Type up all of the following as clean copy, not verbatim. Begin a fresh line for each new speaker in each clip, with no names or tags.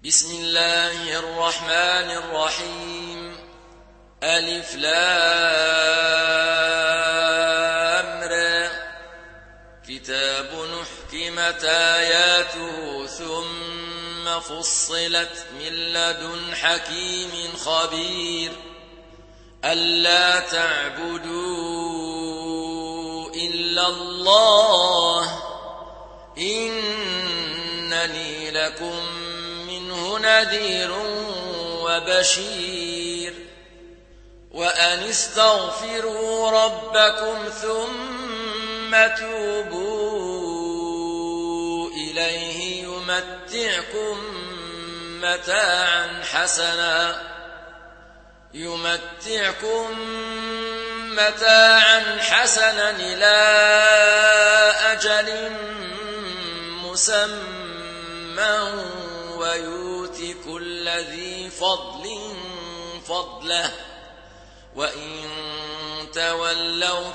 بسم الله الرحمن الرحيم. ألف لام را. كتاب أحكمت آياته ثم فصلت من لدن حكيم خبير. ألا تعبدوا إلا الله إنني لكم منه نذير وبشير. وأن استغفروا ربكم ثم توبوا إليه يمتعكم متاعا حسنا إلى أجل مسمى ويؤت كل ذي فضل فضله. وإن تولوا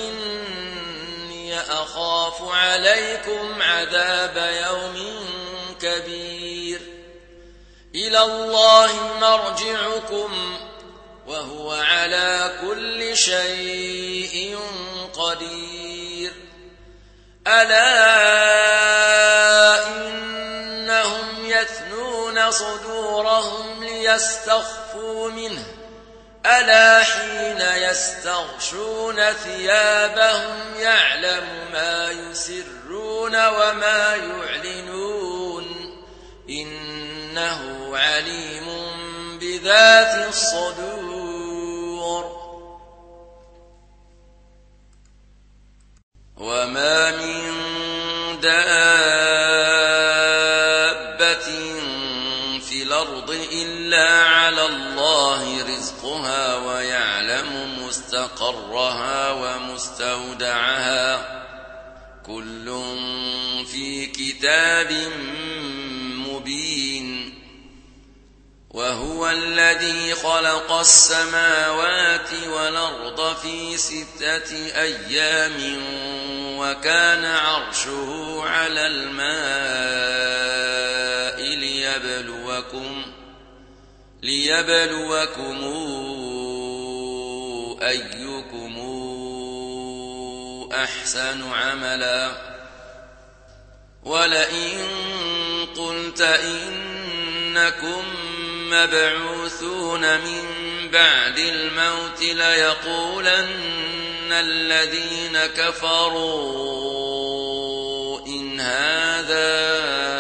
فإني أخاف عليكم عذاب يوم كبير. إلى الله مرجعكم وهو على كل شيء قدير. ألا إنهم يثنون صدورهم ليستخفوا منه ألا حين يستغشون ثيابهم يعلم ما يسرون وما يعلنون إنه عليم بذات الصدور. وما من دابة في الأرض إلا على الله رزقها ويعلم مستقرها ومستودعها كل في كتاب مبين. وهو الذي خلق السماوات والأرض في 6 أيام وكان عرشه على الماء ليبلوكم أيكم أحسن عملا. ولئن قلت إنكم مبعوثون من بعد الموت ليقولن الذين كفروا إن هذا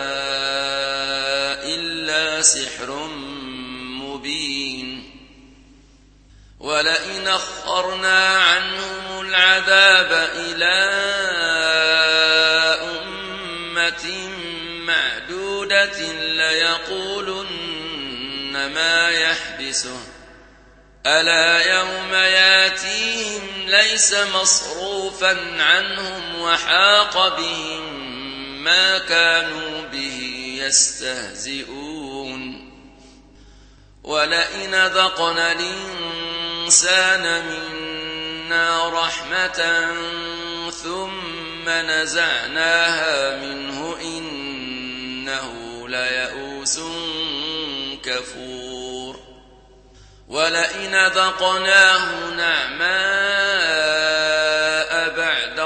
إلا سحر مبين. ولئن أخرنا عنهم العذاب إلى أمة معدودة ليقولن ما يحبسه ألا يوم ياتيهم ليس مصروفا عنهم وحاق بهم ما كانوا به يستهزئون. ولئن ذقنا الإنسان منا رحمة ثم نزعناها منه إنه ليئوس كفور. ولئن ذقناه نعماء بعد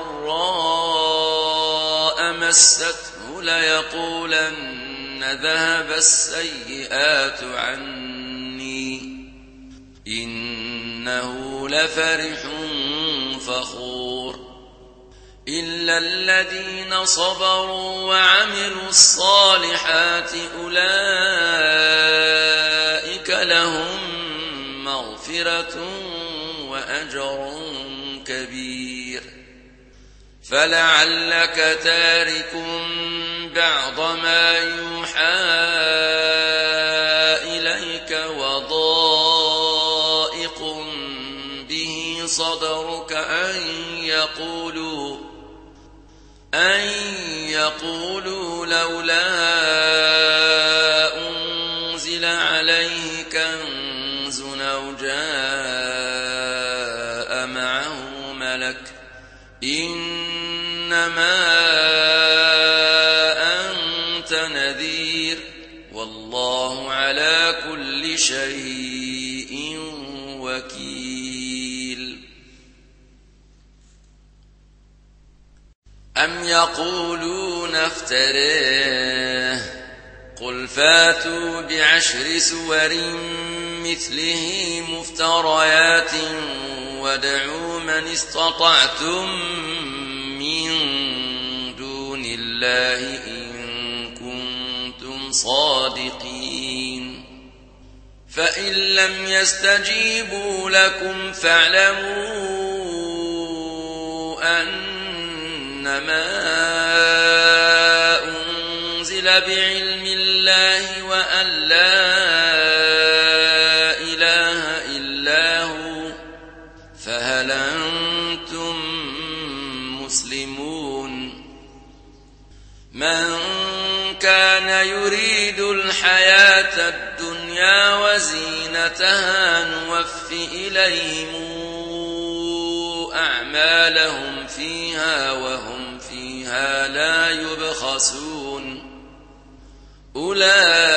ضراء مسته ليقولن ذهب السيئات عني إنه لفرح فخور. إلا الذين صبروا وعملوا الصالحات أولئك لهم مغفرة وأجر كبير. فلعلك تارك بعض ما يوحى إليك وضائق به صدرك أن يقولوا لولا أنزل عليه كنز أو جاء معه ملك إنما والله على كل شيء وكيل أم يقولون افتريه قل فاتوا بعشر سور مثله مفتريات وادعوا من استطعتم من دون الله إن كنتم صادقين فإن لم يستجيبوا لكم فاعلموا أنما أنزل بعلم الله وأن لا إله إلا هو فهل أنتم مسلمون من كان يريد الحياة الدنيا وزينتها نوف إليهم أعمالهم فيها وهم فيها لا يبخسون أولئك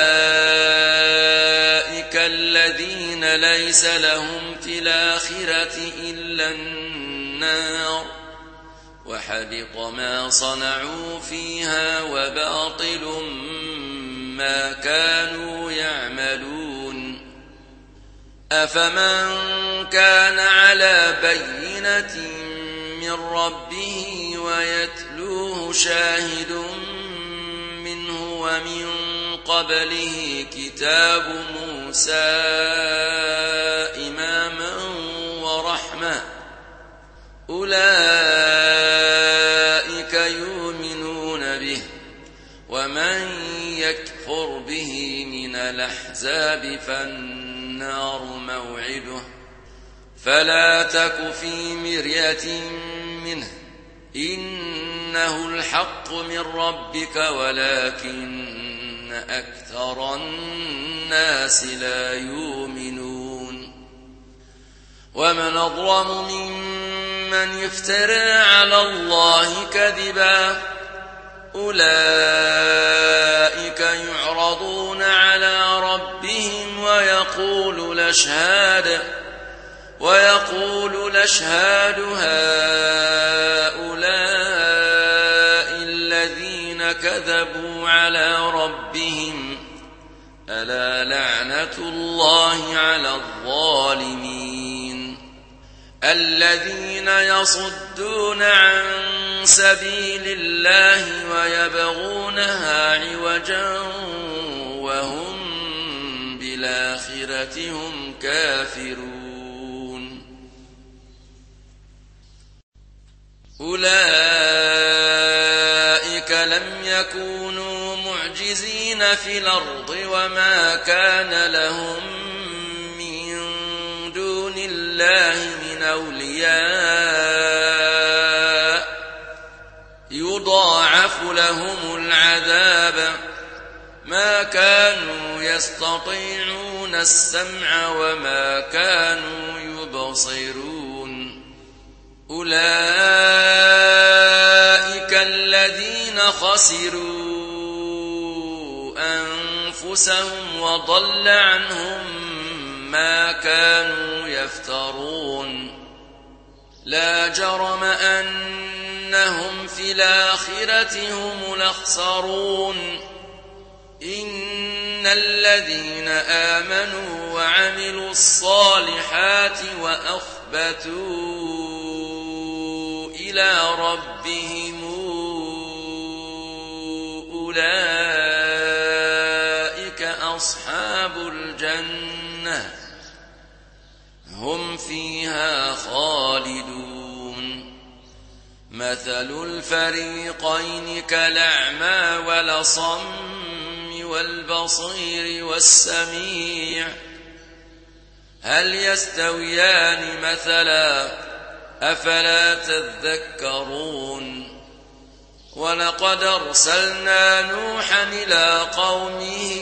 الذين ليس لهم في الآخرة إلا النار وحبط ما صنعوا فيها وباطل ما كانوا يعملون أفمن كان على بينة من ربه ويتلوه شاهد منه ومن قبله كتاب موسى إماما ورحمة أولئك يؤمنون به ومن يكفر به من الأحزاب فالنار موعده فلا تك في مرية منه إنه الحق من ربك ولكن أكثر الناس لا يؤمنون ومن أظلم ممن يفترى على الله كذبا أولئك يعرضون على ربهم ويقول الأشهاد هؤلاء الذين كذبوا على ربهم ألا لعنة الله على الظالمين الذين يصدون عن سبيل الله ويبغونها عوجا وهم بالآخرة هم كافرون أولئك لم يكونوا معجزين في الأرض وما كان لهم من دون الله من أولياء يضاعف لهم العذاب ما كانوا يستطيعون السمع وما كانوا يبصرون أولئك الذين خسروا أنفسهم وضل عنهم ما كانوا يفترون لا جرم أنهم في الآخرة هم الأخسرون إن الذين آمنوا وعملوا الصالحات وأخبتوا إلى ربهم أولئك أصحاب الجنة هم فيها خالدون مثل الفريقين كالأعمى والأصم والبصير والسميع هل يستويان مثلا أفلا تذكرون ولقد أرسلنا نوحا إلى قومه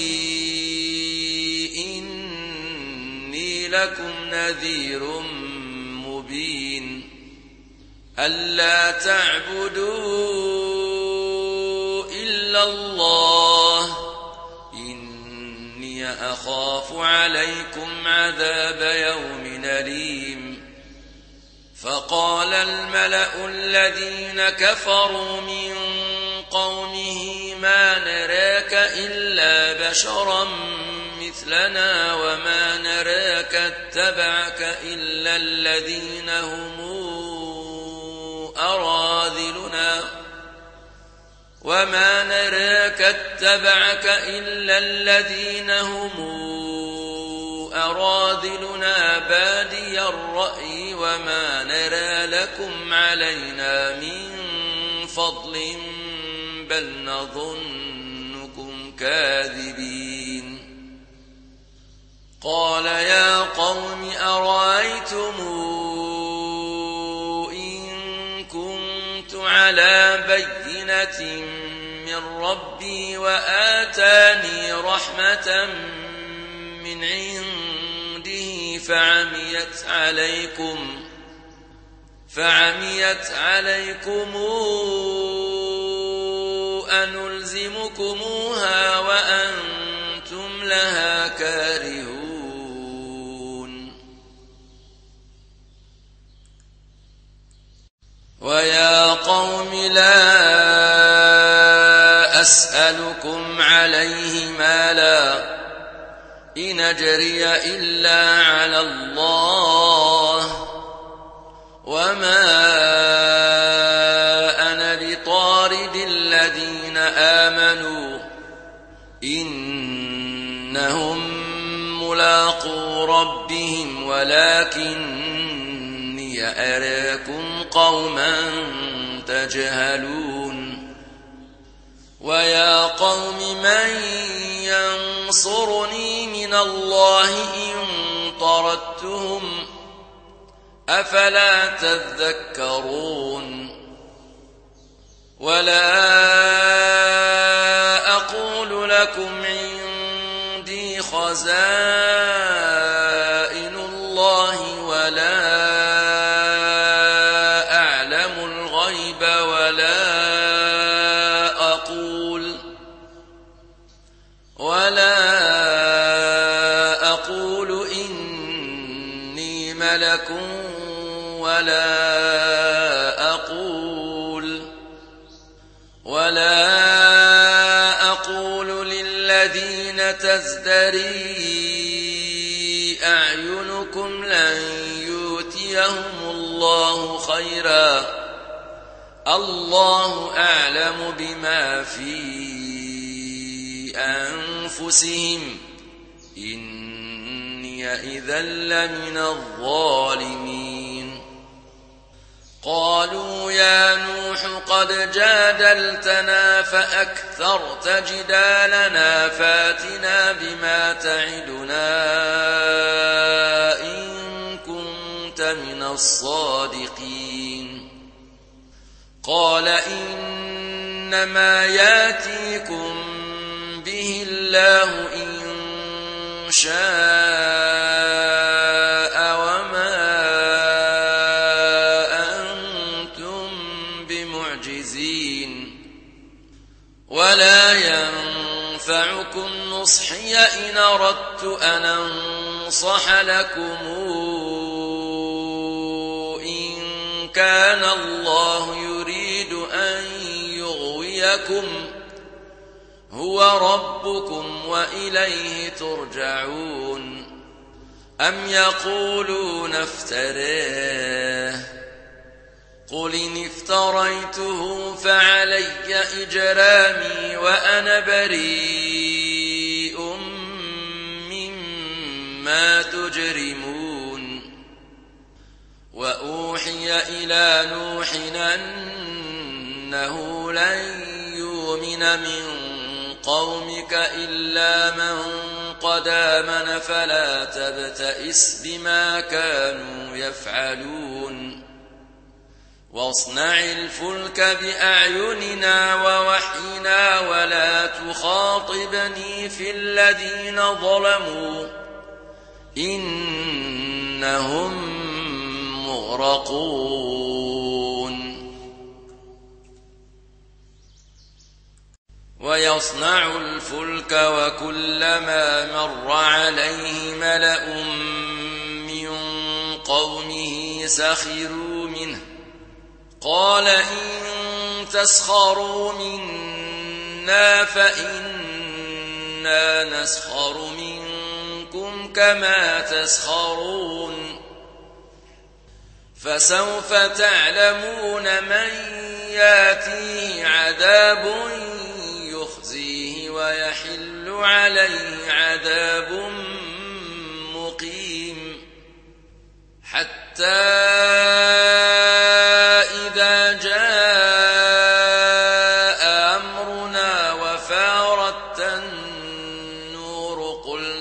إني لكم نذير مبين ألا تعبدوا إلا الله إني أخاف عليكم عذاب يوم أليم فقال الملأ الذين كفروا من قومه ما نراك إلا بشرا مثلنا وما نراك اتبعك إلا الذين هم أراذلنا وما نراك اتبعك إلا الذين هم أراذلنا بادي الرأي وما نرى لكم علينا من فضل بل نظنكم كاذبين قال يا قوم أرأيتم إن كنت على بينة من ربي وآتاني رحمة من عنده فعميت عليكم أنلزمكموها وأنتم لها كارهون ويا قوم لا أسألكم عليه مالا إن أجري إلا على الله وما أنا بطارد الذين آمنوا إنهم ملاقو ربهم ولكني أراكم قوما تجهلون ويا قوم من ينصرني من الله إن طردتهم أفلا تذكرون ولا أقول لكم عندي خزائن الله ولا أعلم الغيب ولا أقول إني ملك ولا أقول للذين تزدري أعينكم لن يؤتيهم الله خيرا الله أعلم بما في أنفسهم إني إذا لمن الظالمين قالوا يا نوح قد جادلتنا فأكثرت جدالنا فاتنا بما تعدنا إن كنت من الصادقين قال إنما ياتيكم به الله إن شاء وما أنتم بمعجزين ولا ينفعكم نصحي إن أردت أن أنصح لكم إن كان الله يريد أن يغويكم هو ربكم وإليه ترجعون أم يقولون افتراه قل إن افتريته فعلي إجرامي وأنا بريء مما تجرمون وأوحي إلى نوح أنه لن يؤمن من قومك إلا من قد آمن فلا تبتئس بما كانوا يفعلون واصنع الفلك بأعيننا ووحينا ولا تخاطبني في الذين ظلموا إنهم مغرقون ويصنع الفلك وكلما مر عليه ملأ من قومه سخروا منه قال إن تسخروا منا فإنا نسخر منكم كما تسخرون فسوف تعلمون من ياتيه عذاب يخزيه ويحل عليه عذاب مقيم حتى إذا جاء أمرنا وفارت النور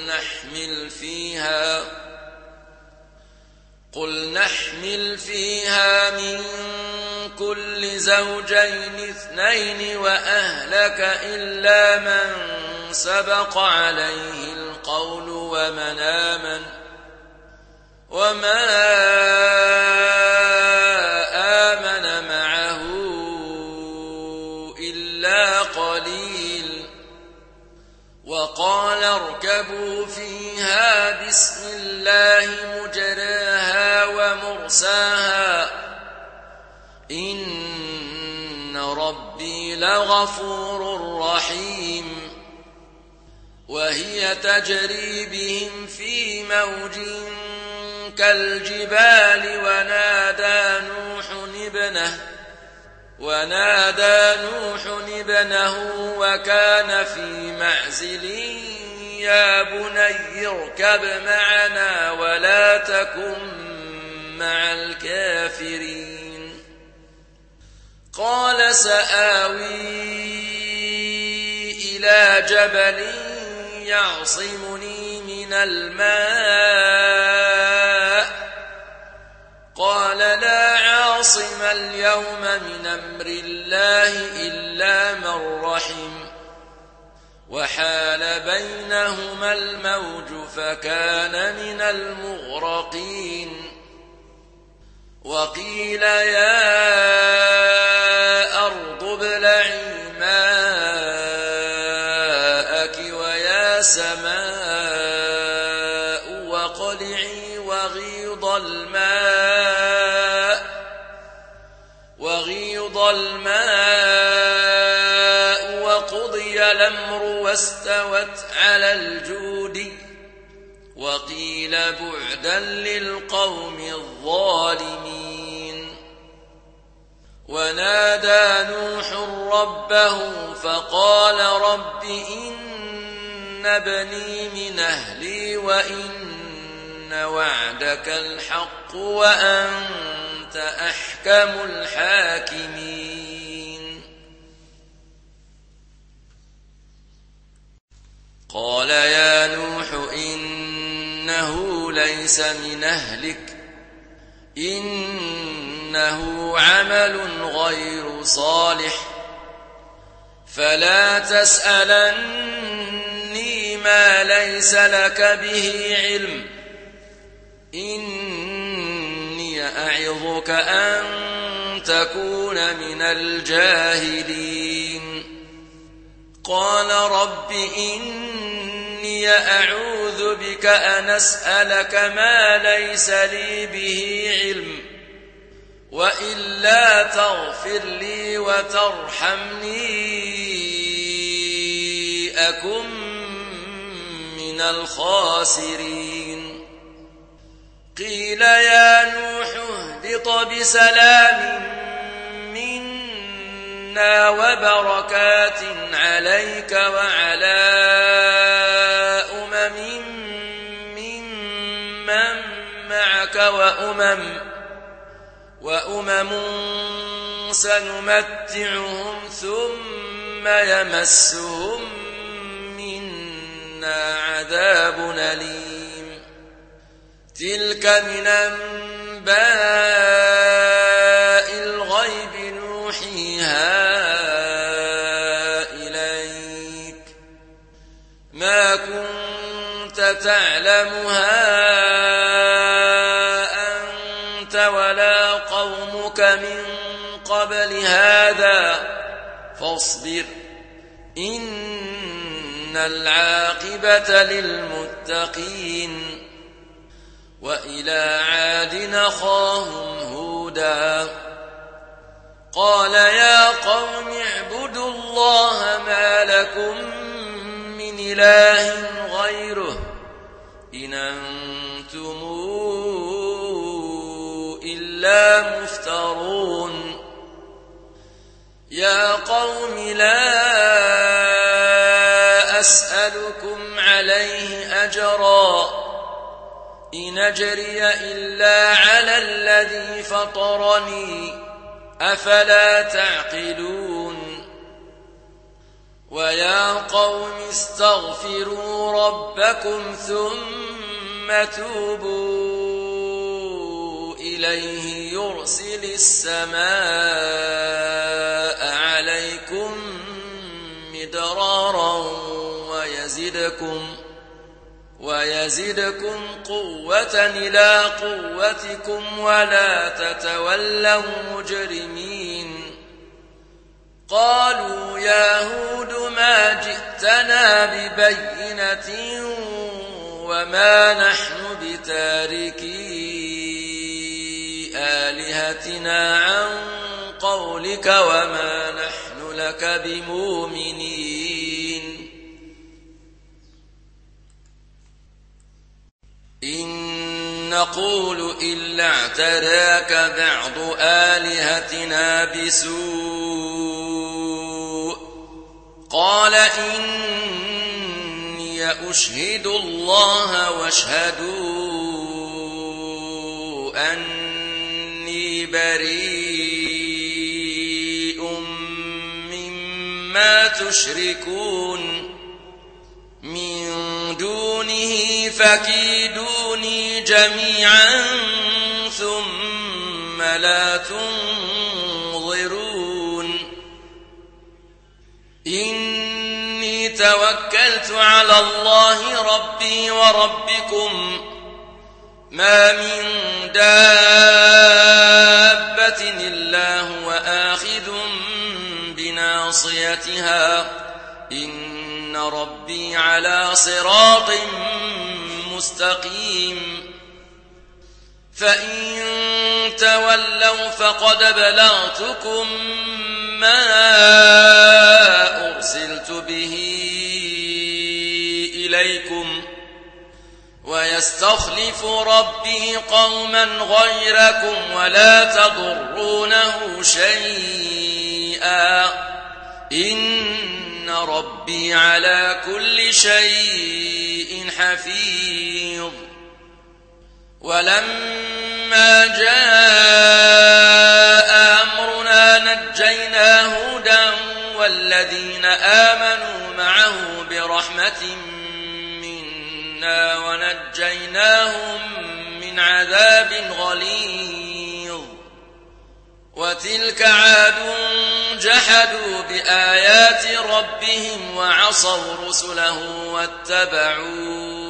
قل نحمل فيها من كل زوجين اثنين وأهلك إلا من سبق عليه القول ومن آمن وما آمن معه إلا قليل وقال اركبوا فيها بسم الله مجراها ومرساها إن ربي لغفور رحيم وهي تجري بهم في موج كالجبال ونادى نوح ابنه وكان في معزل يا بني اركب معنا ولا تكن مع الكافرين قال سآوي إلى جبل يعصمني من الماء قال لا عاصم اليوم من أمر الله إلا من رحم وحال بينهما الموج فكان من المغرقين وقيل يا أرض ابلعي ماءك ويا سماء وقلعي وغيض الماء وقضي الأمر واستوت على الجود وقيل بعدا للقوم الظالمين ونادى نوح ربه فقال رب إن ابني من أهلي وإن وعدك الحق وأنت أحكم الحاكمين قال يا نوح إنه ليس من أهلك إنه عمل غير صالح فلا تسألني ما ليس لك به علم إني أعظك أن تكون من الجاهلين قال رب إني أعوذ بك أن أسألك ما ليس لي به علم وإلا تغفر لي وترحمني أكن من الخاسرين قيل يا نوح اهبط بسلام منا وبركات عليك وعلى أمم ممن معك وأمم سنمتعهم ثم يمسهم منا عذاب أليم تلك من أنباء الغيب نوحيها إليك ما كنت تعلمها أنت ولا قومك من قبل هذا إن العاقبة للمتقين وإلى عاد أخاهم هودا قال يا قوم اعبدوا الله ما لكم من إله غيره إن أنتم إلا مفترون يا قوم لا أسألكم عليه أجرا إن أجري إلا على الذي فطرني أفلا تعقلون ويا قوم استغفروا ربكم ثم توبوا إليه يرسل السماء عليكم مدرارا ويزدكم قوة إلى قوتكم ولا تتولوا مجرمين قالوا يا هود ما جئتنا ببينة وما نحن بتاركي آلهتنا عن قولك وما نحن لك بمؤمنين إن نقول إلا اعتراك بعض آلهتنا بسوء قال إني أشهد الله واشهدوا أني بريء مما تشركون من دونه فكيدوني جميعا ثم لا تنظرون إني توكلت على الله ربي وربكم ما من دابة إلا هو آخذ بناصيتها إن ربي على صراط مستقيم فإن تولوا فقد بلغتكم ما أرسلت به إليكم ويستخلف ربي قوما غيركم ولا تضرونه شيئا إن ربي على كل شيء حفيظ ولما جاء أمرنا نجينا هودا والذين آمنوا معه برحمة منا ونجيناهم من عذاب غليظ وتلك عاد جحدوا بآيات ربهم وعصوا رسله واتبعوا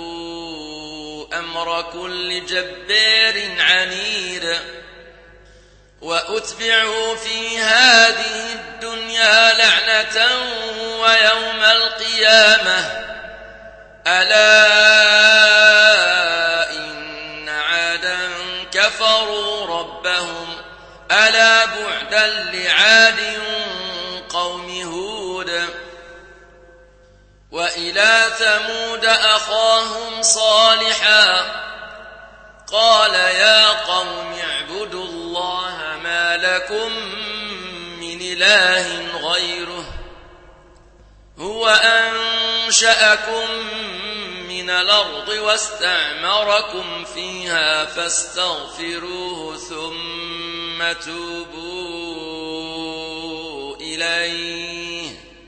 أمر كل جبار عنيد وأتبعوا في هذه الدنيا لعنة ويوم القيامة ألا إن عادا كفروا ربهم ألا بعدا لعاد قوم هود وإلى ثمود أخاهم صالحا قال يا قوم اعبدوا الله ما لكم من إله غيره هو أنشأكم من الأرض واستعمركم فيها فاستغفروه ثم توبوا إليه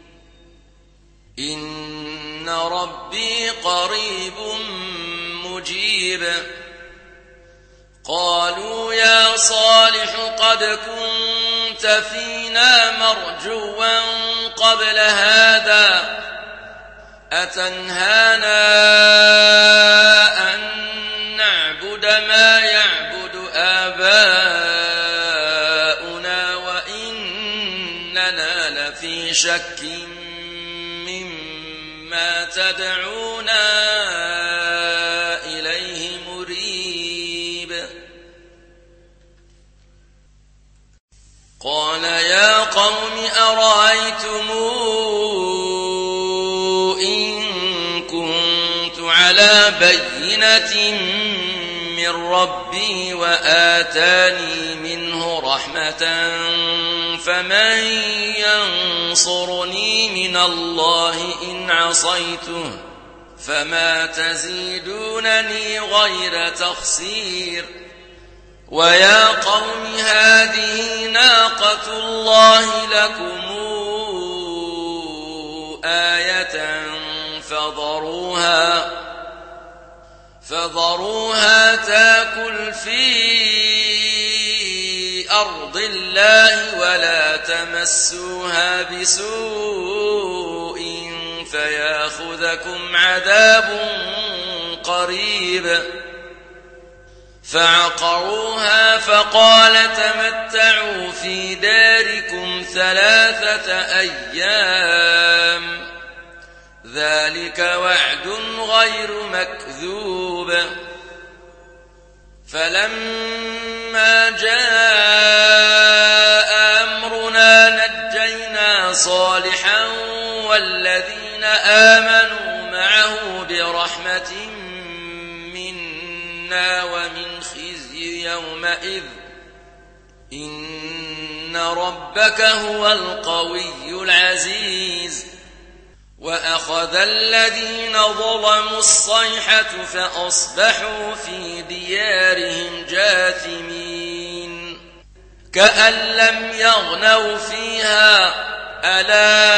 إن ربي قريب مجيب قالوا يا صالح قد كنت فينا مرجوا قبل هذا أتنهانا أن نعبد ما يعبد آباؤنا وإننا لفي شك يدعوننا إليه مريب. قال يا قوم أرأيتم إن كنت على بينة من ربي وآتاني منه رحمة فمن ينصرني من الله إن عصيته فما تزيدونني غير تخسير. ويا قوم هذه ناقة الله لكم آية فذروها تاكل في أرض الله ولا تمسوها بسوء فياخذكم عذاب قريب. فعقروها فقال تمتعوا في داركم 3 أيام ذلك وعد غير مكذوب. فلما جاء أمرنا نجينا صالحا والذين آمنوا معه برحمة منا ومن خزي يومئذ إن ربك هو القوي العزيز. وأخذ الذين ظلموا الصيحة فأصبحوا في ديارهم جاثمين كأن لم يغنوا فيها ألا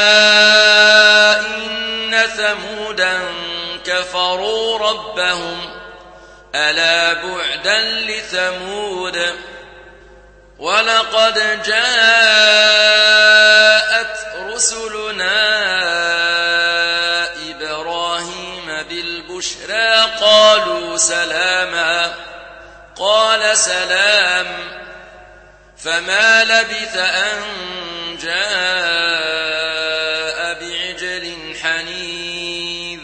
إن ثمودا كفروا ربهم ألا بعدا لثمود. ولقد جاءت رسلنا إبراهيم بالبشرى قالوا سلاما قال سلام فما لبث أن جاء بعجل حنيذ.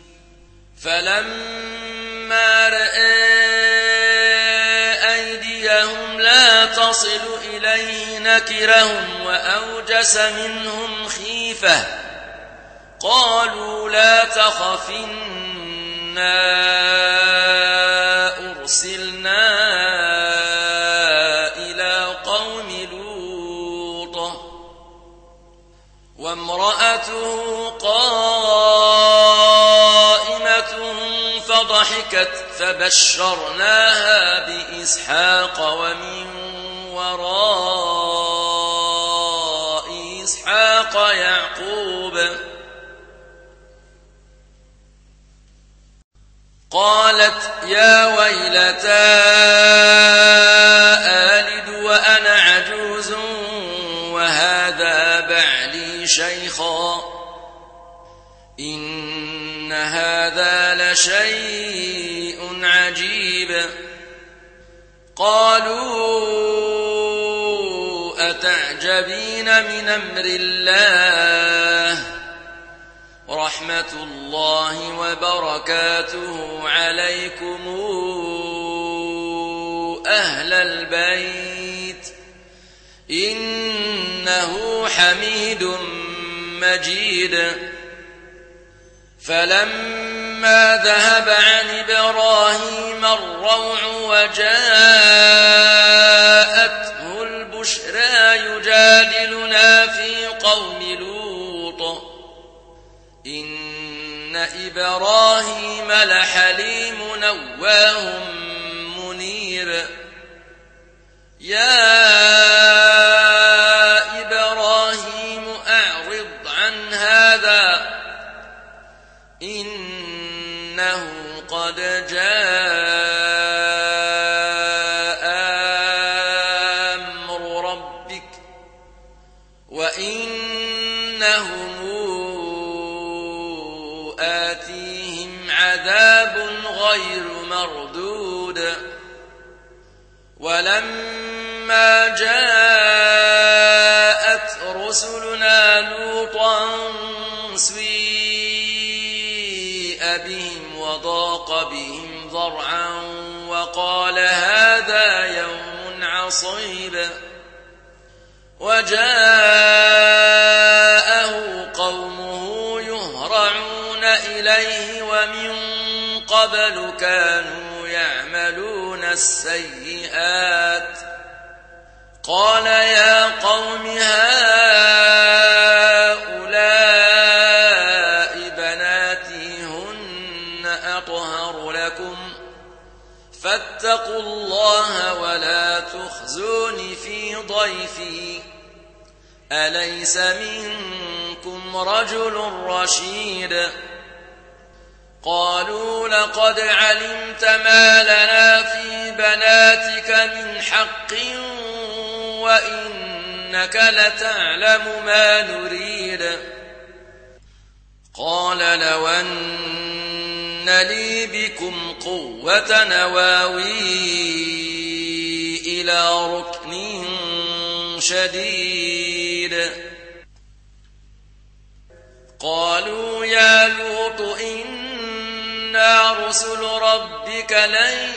فلما رأى أيديهم لا تصل إليه نكرهم وأوجس منهم خيفة قالوا لا تخف إنا أرسلنا إلى قوم لوط وامرأته قائمة فضحكت فبشرناها بإسحاق ومن وراء إسحاق يعقوب. قالت يا ويلتى آلد وأنا عجوز وهذا بعلي شيخا إن هذا لشيء عجيب. قالوا أتعجبين من أمر الله رحمة الله وبركاته عليكم أهل البيت إنه حميد مجيد. فلما ذهب عن إبراهيم الروع وجاءته البشرى يجادلنا في قوم لوط إن إبراهيم لحليم أواه منيب. يا إبراهيم أعرض عن هذا إنه قد جاء أمر ربك وإنهم آتيهم عذاب غير مردود. ولما جاءت رسلنا لوطا سيء به بهم وضاق بهم ذرعا وقال هذا يوم عصيب وجاءه قومه يهرعون إليه ومن قبل كانوا يعملون السيئات قال يا قوم هؤلاء بناتي هن أطهر لكم فاتقوا الله ولا تخزوني في ضيفي أليس منكم رجل رشيد قالوا لقد علمت ما لنا في بناتك من حق وإنك لتعلم ما نريد قال لو أن لي بكم قوة نواوي إلى ركن شديد قالوا يا لوط إنا رسل ربك لن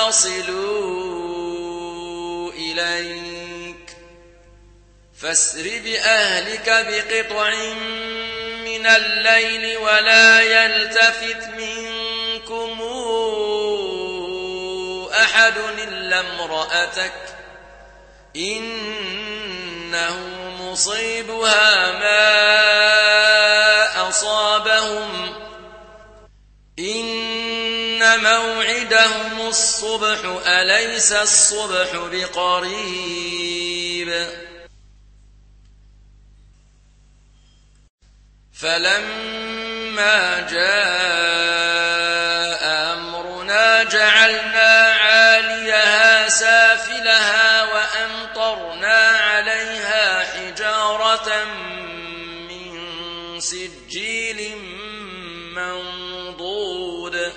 يصلوا إليك فاسر بأهلك بقطع من الليل ولا يلتفت منكم أحد إلا امرأتك إنه مصيبها ما أصابهم إن موعدهم الصبح أليس الصبح بقريب فلما جاء أمرنا جعلنا عاليها سافلها وأمطرنا عليها حجارة من سجيل منضود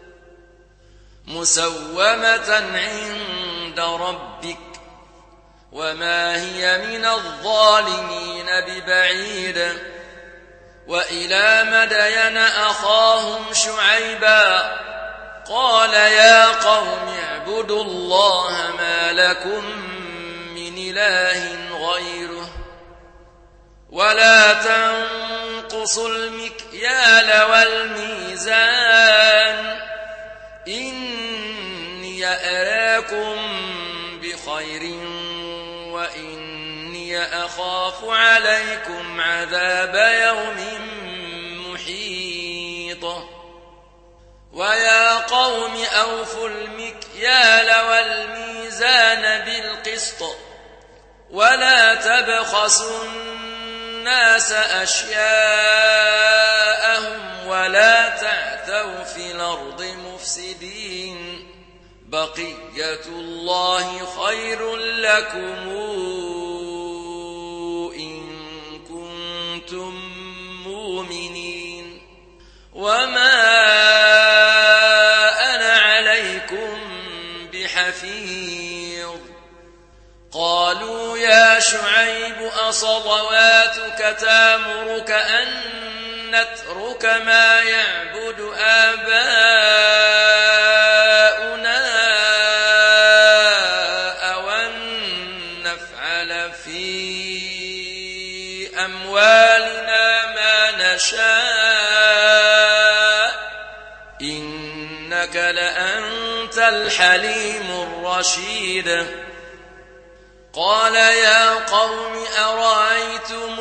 مسومة عند ربك وما هي من الظالمين ببعيد وإلى مدين أخاهم شعيبا قال يا قوم اعبدوا الله ما لكم من إله غيره ولا تنقصوا المكيال والميزان إني أراكم بخير وإني أخاف عليكم عذاب يوم محيط ويا قوم أوفوا المكيال والميزان بالقسط ولا تبخسوا الناس أشياءهم ولا تعثوا في الأرض مفسدين بقية الله خير لكم إن كنتم مؤمنين وما أنا عليكم بحفيظ قالوا يا شعيب أصلواتك تامرك أن نترك ما يعبد آباؤنا أو أن نفعل في أموالنا ما نشاء إنك لأنت الحليم الرشيد قال يا قوم أرأيتم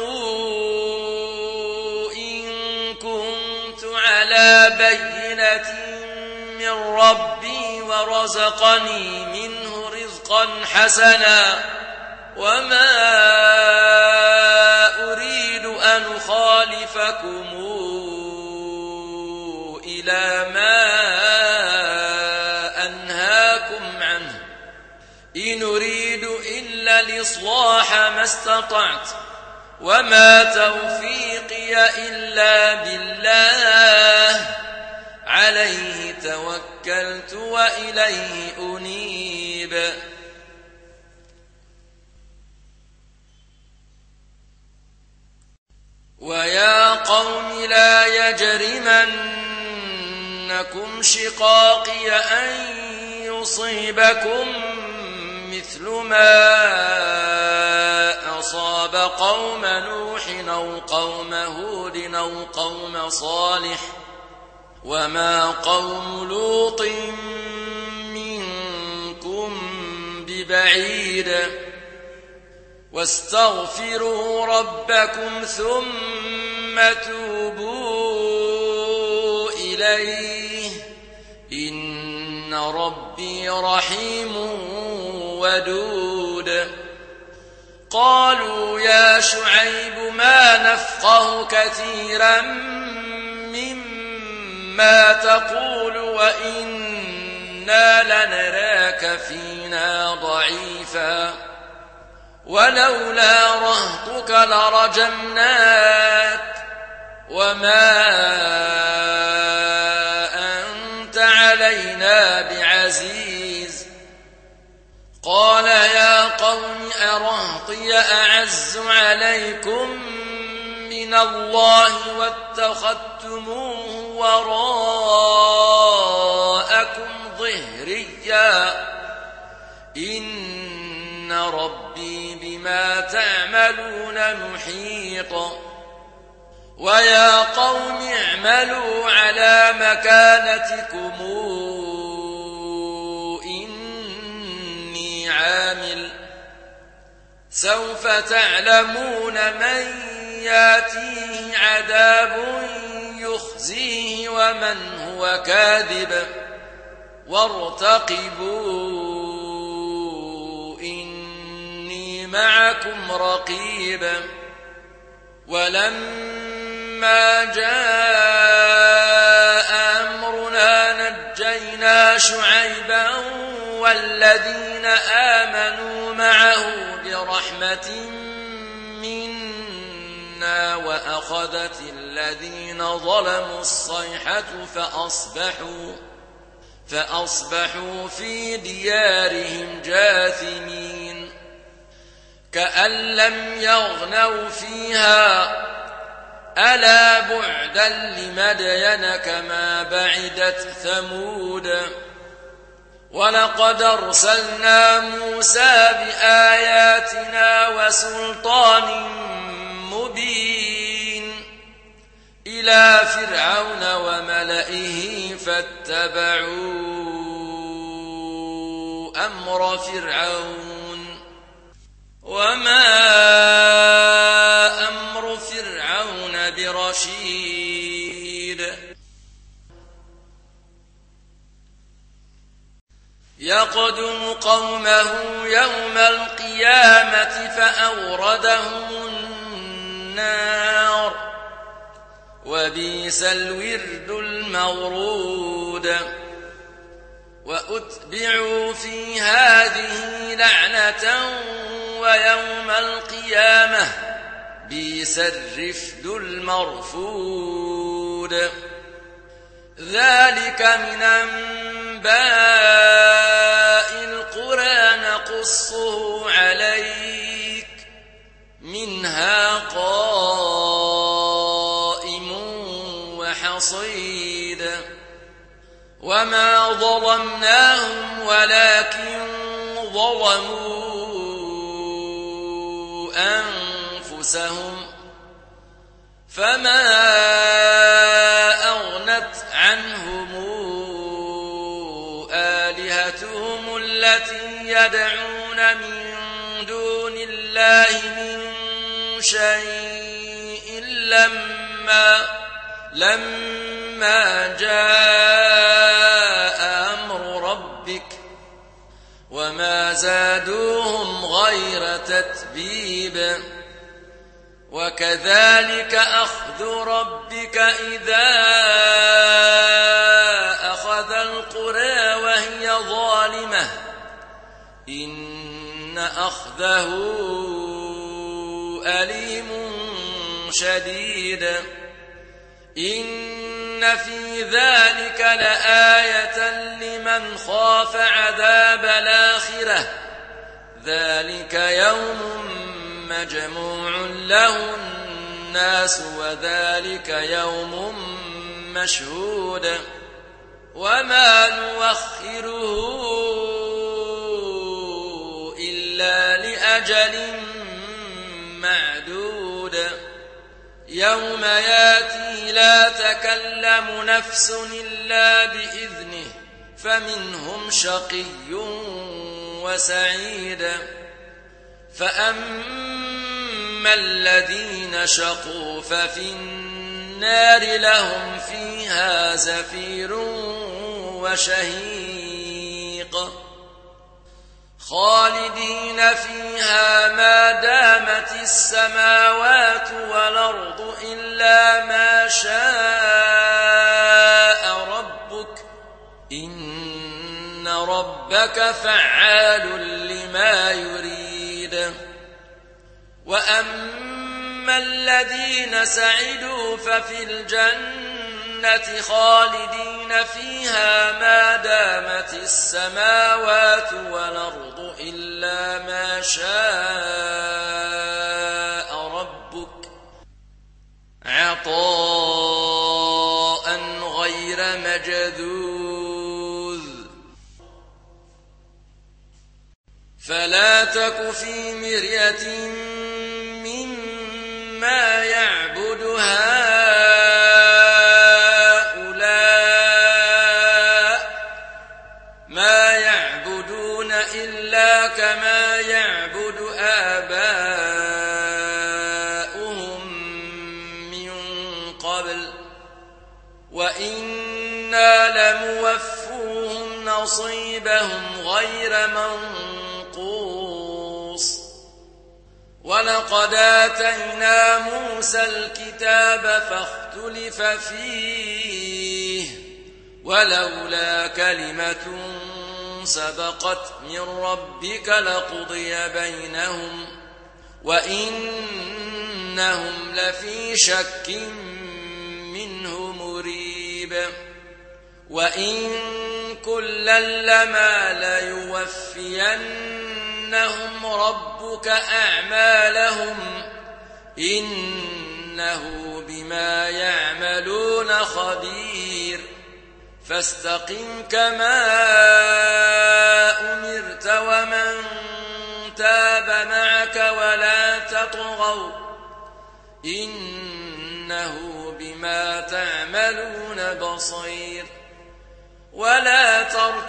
إن كنت على بينة من ربي ورزقني منه رزقا حسنا وما أريد أن أخالفكم إلى ما أنهاكم عنه إن أريد إلا الإصلاح ما استطعت وما توفيقي إلا بالله عليه توكلت وإليه أنيب ويا قوم لا يجرمنكم يغرنكم شقاقي أن يصيبكم مثل ما أصاب قوم نوح أو قوم هود أو قوم صالح وما قوم لوط منكم ببعيد واستغفروا ربكم ثم توبوا إليه إن ربي رحيم ودود قالوا يا شعيب ما نفقه كثيرا مما تقول وإنا لنراك فينا ضعيفا ولولا رهطك لرجمناك وما أنت علينا بعزيز قال يا قوم أرهطي أعز عليكم من الله واتخذتموه وراءكم ظهريا إن ربي بما تعملون محيط ويا قوم اعملوا على مكانتكم إني عامل سوف تعلمون من ياتيه عذاب يخزيه ومن هو كاذب وارتقبوا إني معكم رقيب ولما جاء أمرنا نجينا شعيبا والذين آمنوا معه برحمة منا وأخذت الذين ظلموا الصيحة فأصبحوا في ديارهم جاثمين كأن لم يغنوا فيها ألا بعدا لمدين كما بعدت ثمود ولقد أرسلنا موسى بآياتنا وسلطان مبين إلى فرعون وملئه فاتبعوا أمر فرعون وما أمر فرعون برشيد يقدم قومه يوم القيامة فأوردهم النار وبئس الورد المورود وأتبعوا في هذه لعنة ويوم القيامة بئس الرفد المرفود ذلك من أنباء القرى نقصه عليك منها قائم وحصيد وما ظلمناهم ولكن ظلموا أنفسهم فما أغنت عنهم آلهتهم التي يدعون من دون الله من شيء لما جاء أمر ربك وما زادوهم غير تتبيب وكذلك أخذ ربك إذا أخذ القرى وهي ظالمة إن أخذه أليم شديد إن في ذلك لآية لمن خاف عذاب الآخرة ذلك يوم مجموع له الناس وذلك يوم مشهود وما نوخره إلا لأجل معدود يوم ياتي لا تكلم نفس إلا بإذنه فمنهم شقي وسعيد فأما الذين شقوا ففي النار لهم فيها زفير وشهيق خالدين فيها ما دامت السماوات والأرض إلا ما شاء ربك إن ربك فعال لما يريد وأما الذين سعدوا ففي الجنة خالدين فيها ما دامت السماوات والأرض إلا ما شاء ربك عطاء غير مجذوذ فلا تك في مرية مما يعبد هؤلاء ما يعبدون إلا كما يعبد آباؤهم من قبل وإنا لموفوهم نصيبهم غير منقوص ولقد آتينا موسى الكتاب فاختلف فيه ولولا كلمة سبقت من ربك لقضي بينهم وإنهم لفي شك منه مريب وإن كلا لما ليوفينهم ربك أعمالهم إنه بما يعملون خبير فاستقم كما أمرت ومن تاب معك ولا تطغوا إنه بما تعملون بصير ولا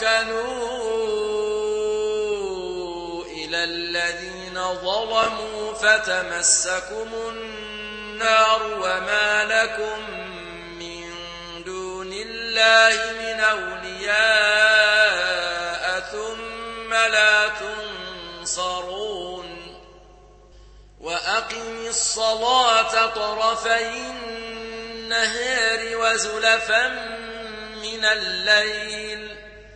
تركنوا إلى الذين ظلموا فتمسكم النار وما لكم من دون الله من أولياء ثم لا تنصرون وأقم الصلاة طرفي النهار وزلفا من الليل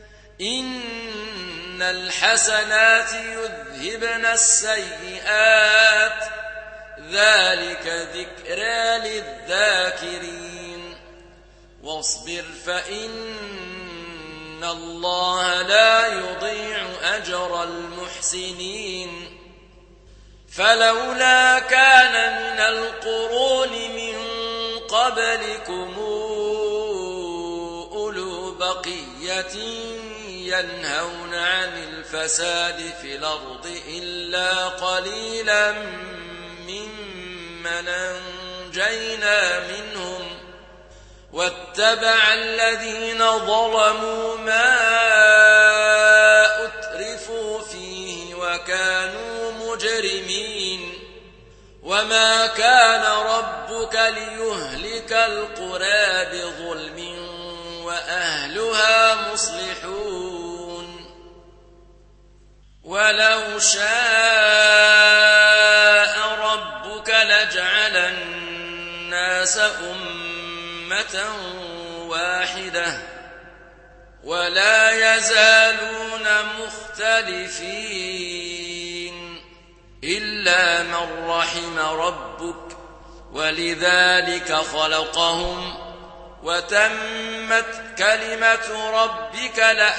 إن الحسنات يذهبن السيئات ذلك ذكرى للذاكرين واصبر فإن الله لا يضيع أجر المحسنين فلولا كان من القرون من قبلكم أولو بقية ينهون عن الفساد في الأرض إلا قليلا ممن أنجينا منهم واتبع الذين ظلموا ما أترفوا فيه وكانوا مجرمين وما كان ربك ليهلك القرى بظلم وأهلها مصلحون ولو شاء ربك لجعل الناس أمة واحدة ولا يزالون مختلفين إلا من رحم ربك ولذلك خلقهم وتمت كلمة ربك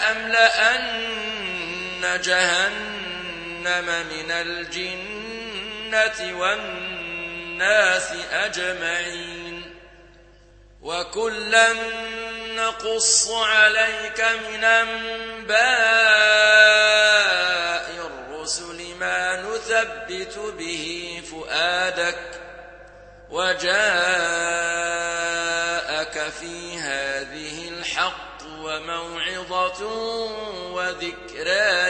لأملأن جهنم من الجنة والناس أجمعين وكلا نقص عليك من أنباء الرسل ما نثبت به فؤادك وجاءك في هذه الحق وموعظة وذكرى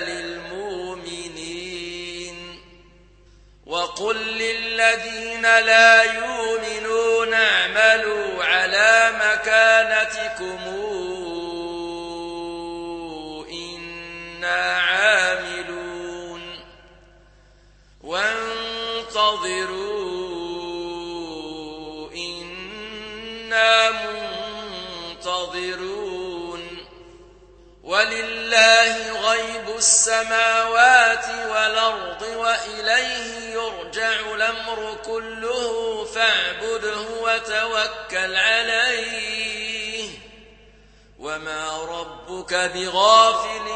للمؤمنين وقل للذين لا يؤمنون اعملوا على مكانتكم إنا عاملون وانتظروا إنا منتظرون ولله غيب السماوات والأرض وإليه يرجع الأمر كله فاعبده وتوكل عليه وما ربك بغافل